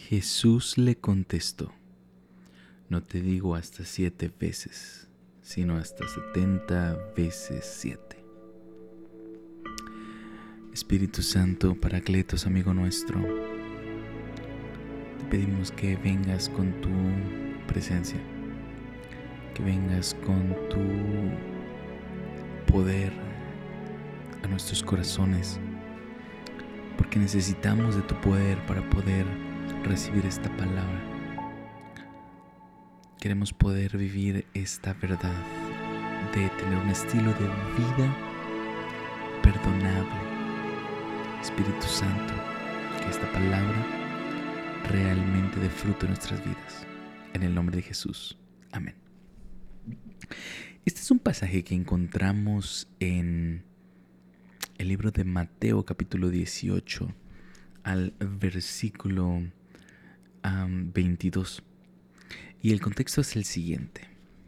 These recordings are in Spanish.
Jesús le contestó: no te digo hasta 7 veces, sino hasta 70 veces 7. Espíritu Santo, Paracletos, amigo nuestro, te pedimos que vengas con tu presencia, que vengas con tu poder a nuestros corazones, porque necesitamos de tu poder para poder recibir esta palabra. Queremos poder vivir esta verdad de tener un estilo de vida perdonable. Espíritu Santo, que esta palabra realmente dé fruto en nuestras vidas. En el nombre de Jesús. Amén. Este es un pasaje que encontramos en el libro de Mateo, capítulo 18, al versículo 22. Y el contexto es el siguiente.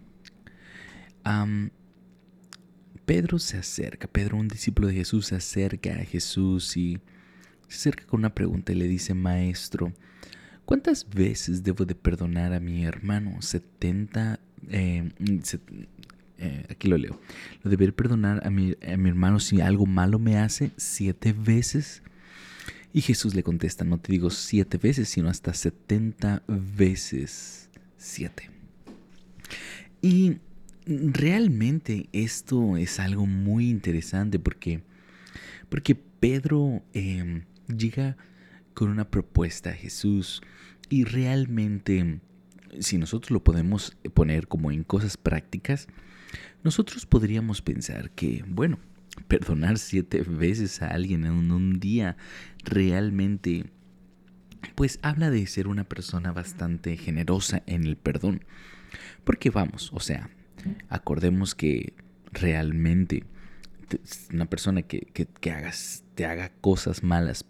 Pedro, un discípulo de Jesús, se acerca a Jesús y se acerca con una pregunta y le dice: Maestro, ¿cuántas veces debo de perdonar a mi hermano? 70. Aquí lo leo. ¿Lo deberé perdonar a mi hermano si algo malo me hace 7 veces? Y Jesús le contesta: no te digo 7 veces, sino hasta 70 veces 7. Y realmente esto es algo muy interesante porque Pedro llega con una propuesta a Jesús y realmente, si nosotros lo podemos poner como en cosas prácticas, nosotros podríamos pensar que, bueno, perdonar 7 veces a alguien en un día realmente pues habla de ser una persona bastante generosa en el perdón. Porque vamos, o sea, acordemos que realmente una persona que te haga cosas malas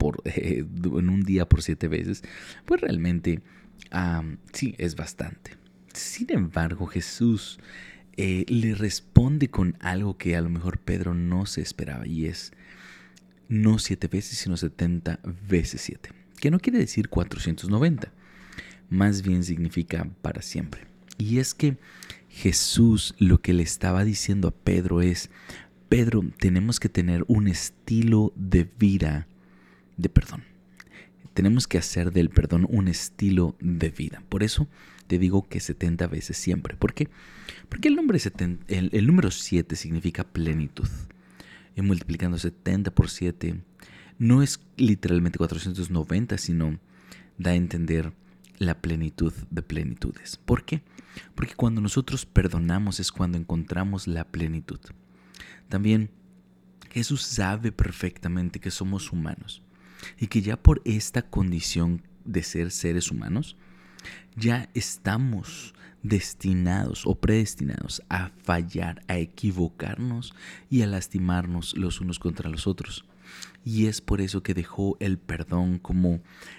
en un día por 7 veces, pues realmente sí es bastante. Sin embargo, Jesús le responde con algo que a lo mejor Pedro no se esperaba, y es no 7 veces, sino 70 veces 7, que no quiere decir 490, más bien significa para siempre. Y es que Jesús lo que le estaba diciendo a Pedro es: Pedro, tenemos que tener un estilo de vida de perdón. Tenemos que hacer del perdón un estilo de vida. Por eso te digo que 70 veces siempre. ¿Por qué? Porque el número 7 significa plenitud. Y multiplicando 70 por 7 no es literalmente 490, sino da a entender la plenitud de plenitudes. ¿Por qué? Porque cuando nosotros perdonamos es cuando encontramos la plenitud. También Jesús sabe perfectamente que somos humanos y que ya por esta condición de ser seres humanos, ya estamos destinados o predestinados a fallar, a equivocarnos y a lastimarnos los unos contra los otros. Y es por eso que dejó el perdón como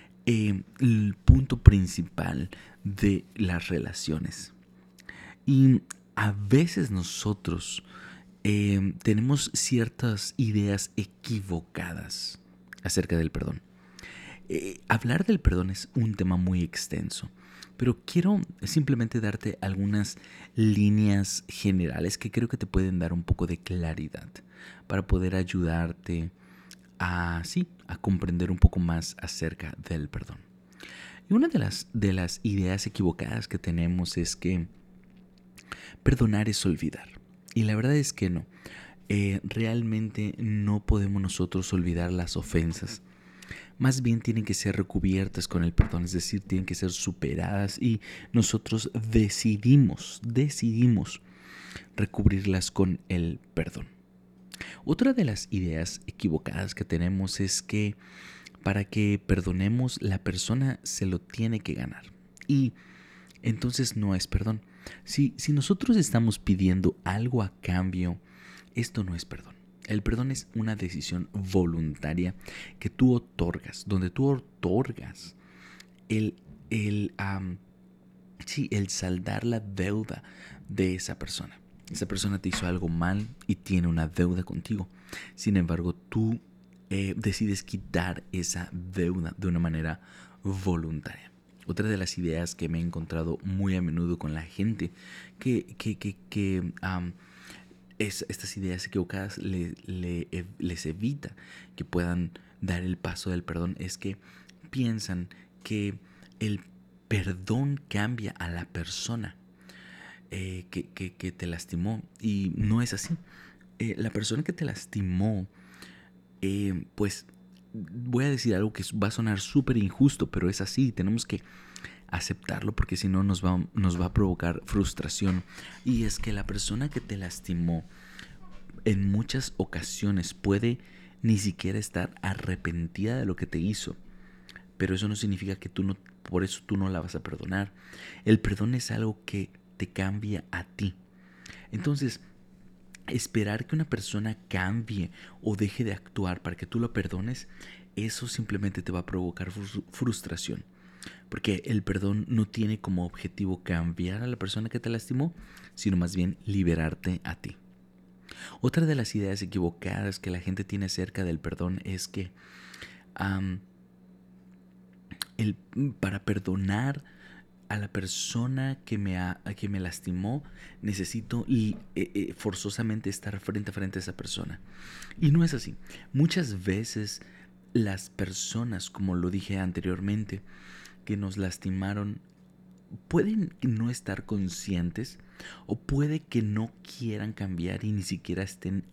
el punto principal de las relaciones. Y a veces nosotros tenemos ciertas ideas equivocadas acerca del perdón. Hablar del perdón es un tema muy extenso, pero quiero simplemente darte algunas líneas generales que creo que te pueden dar un poco de claridad para poder ayudarte a comprender un poco más acerca del perdón. Y una de las ideas equivocadas que tenemos es que perdonar es olvidar. Y la verdad es que no. Realmente no podemos nosotros olvidar las ofensas. Más bien tienen que ser recubiertas con el perdón, es decir, tienen que ser superadas, y nosotros decidimos recubrirlas con el perdón. Otra de las ideas equivocadas que tenemos es que para que perdonemos, la persona se lo tiene que ganar. Y entonces no es perdón. Si nosotros estamos pidiendo algo a cambio, esto no es perdón. El perdón es una decisión voluntaria que tú otorgas, donde tú otorgas el saldar la deuda de esa persona. Esa persona te hizo algo mal y tiene una deuda contigo. Sin embargo, tú decides quitar esa deuda de una manera voluntaria. Otra de las ideas que me he encontrado muy a menudo con la gente estas ideas equivocadas les evita que puedan dar el paso del perdón es que piensan que el perdón cambia a la persona que te lastimó, y no es así. La persona que te lastimó, pues voy a decir algo que va a sonar súper injusto, pero es así. Tenemos que aceptarlo porque si no nos va a provocar frustración. Y es que la persona que te lastimó en muchas ocasiones puede ni siquiera estar arrepentida de lo que te hizo, pero eso no significa que por eso tú no la vas a perdonar. El perdón es algo que te cambia a ti. Entonces, esperar que una persona cambie o deje de actuar para que tú lo perdones, eso simplemente te va a provocar frustración. Porque el perdón no tiene como objetivo cambiar a la persona que te lastimó, sino más bien liberarte a ti. Otra de las ideas equivocadas que la gente tiene acerca del perdón es que para perdonar a la persona que me lastimó, necesito forzosamente estar frente a frente a esa persona. Y no es así. Muchas veces las personas, como lo dije anteriormente, que nos lastimaron, pueden no estar conscientes o puede que no quieran cambiar y ni siquiera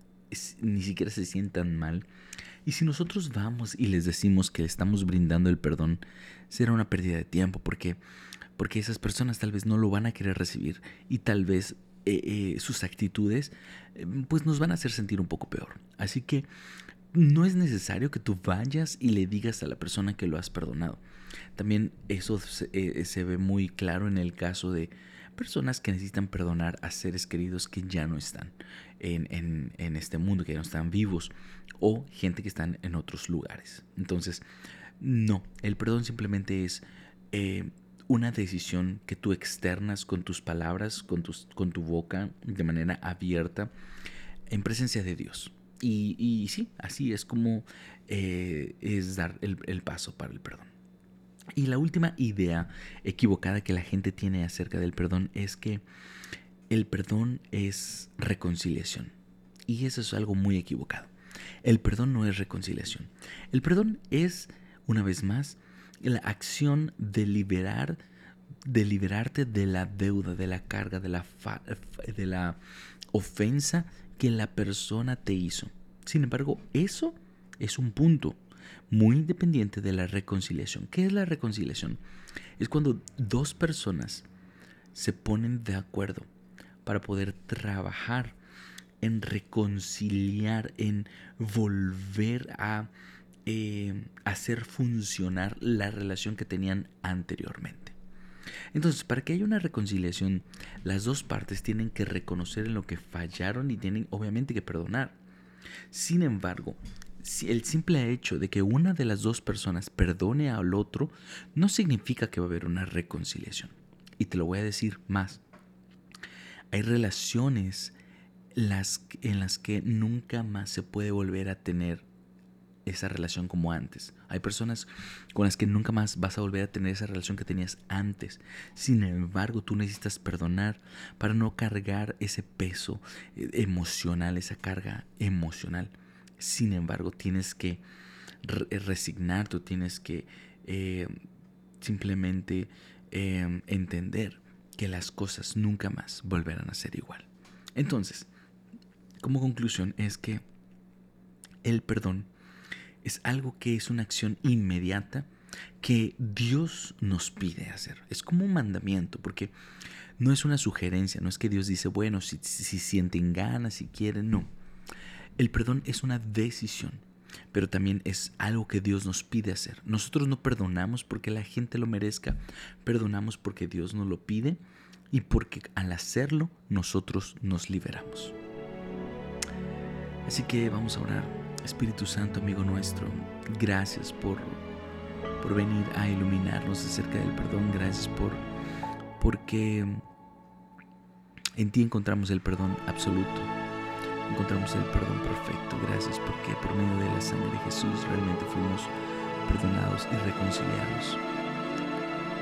se sientan mal. Y si nosotros vamos y les decimos que estamos brindando el perdón, será una pérdida de tiempo porque esas personas tal vez no lo van a querer recibir y tal vez sus actitudes pues nos van a hacer sentir un poco peor. Así que no es necesario que tú vayas y le digas a la persona que lo has perdonado. También eso se ve muy claro en el caso de personas que necesitan perdonar a seres queridos que ya no están en este mundo, que ya no están vivos, o gente que están en otros lugares. Entonces, no, el perdón simplemente es una decisión que tú externas con tus palabras, con tu boca, de manera abierta, en presencia de Dios. Y sí, así es como es dar el paso para el perdón. Y la última idea equivocada que la gente tiene acerca del perdón es que el perdón es reconciliación. Y eso es algo muy equivocado. El perdón no es reconciliación. El perdón es, una vez más, la acción de liberarte de la deuda, de la carga, de la ofensa que la persona te hizo. Sin embargo, eso es un punto muy independiente de la reconciliación. ¿Qué es la reconciliación? Es cuando dos personas se ponen de acuerdo para poder trabajar en reconciliar, en volver a hacer funcionar la relación que tenían anteriormente. Entonces, para que haya una reconciliación, las dos partes tienen que reconocer en lo que fallaron y tienen obviamente que perdonar. Sin embargo, si el simple hecho de que una de las dos personas perdone al otro no significa que va a haber una reconciliación. Y te lo voy a decir más. Hay relaciones en las que nunca más se puede volver a tener esa relación como antes. Hay personas con las que nunca más vas a volver a tener esa relación que tenías antes. Sin embargo, tú necesitas perdonar para no cargar ese peso emocional, esa carga emocional. Sin embargo, tienes que resignarte, tienes que simplemente entender que las cosas nunca más volverán a ser igual. Entonces, como conclusión es que el perdón es algo que es una acción inmediata que Dios nos pide hacer. Es como un mandamiento, porque no es una sugerencia, no es que Dios dice, bueno, si sienten ganas, si quieren, no. El perdón es una decisión, pero también es algo que Dios nos pide hacer. Nosotros no perdonamos porque la gente lo merezca, perdonamos porque Dios nos lo pide y porque al hacerlo nosotros nos liberamos. Así que vamos a orar. Espíritu Santo, amigo nuestro, gracias por venir a iluminarnos acerca del perdón. Gracias porque en ti encontramos el perdón absoluto. Encontramos el perdón perfecto. Gracias porque por medio de la sangre de Jesús realmente fuimos perdonados y reconciliados.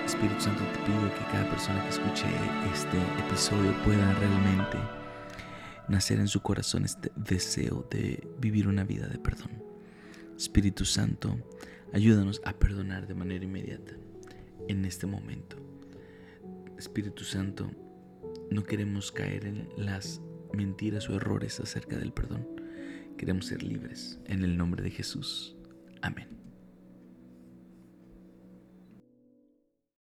Espíritu Santo, te pido que cada persona que escuche este episodio pueda realmente nacer en su corazón este deseo de vivir una vida de perdón. Espíritu Santo, ayúdanos a perdonar de manera inmediata en este momento. Espíritu Santo, no queremos caer en las mentiras o errores acerca del perdón. Queremos ser libres en el nombre de Jesús. Amén.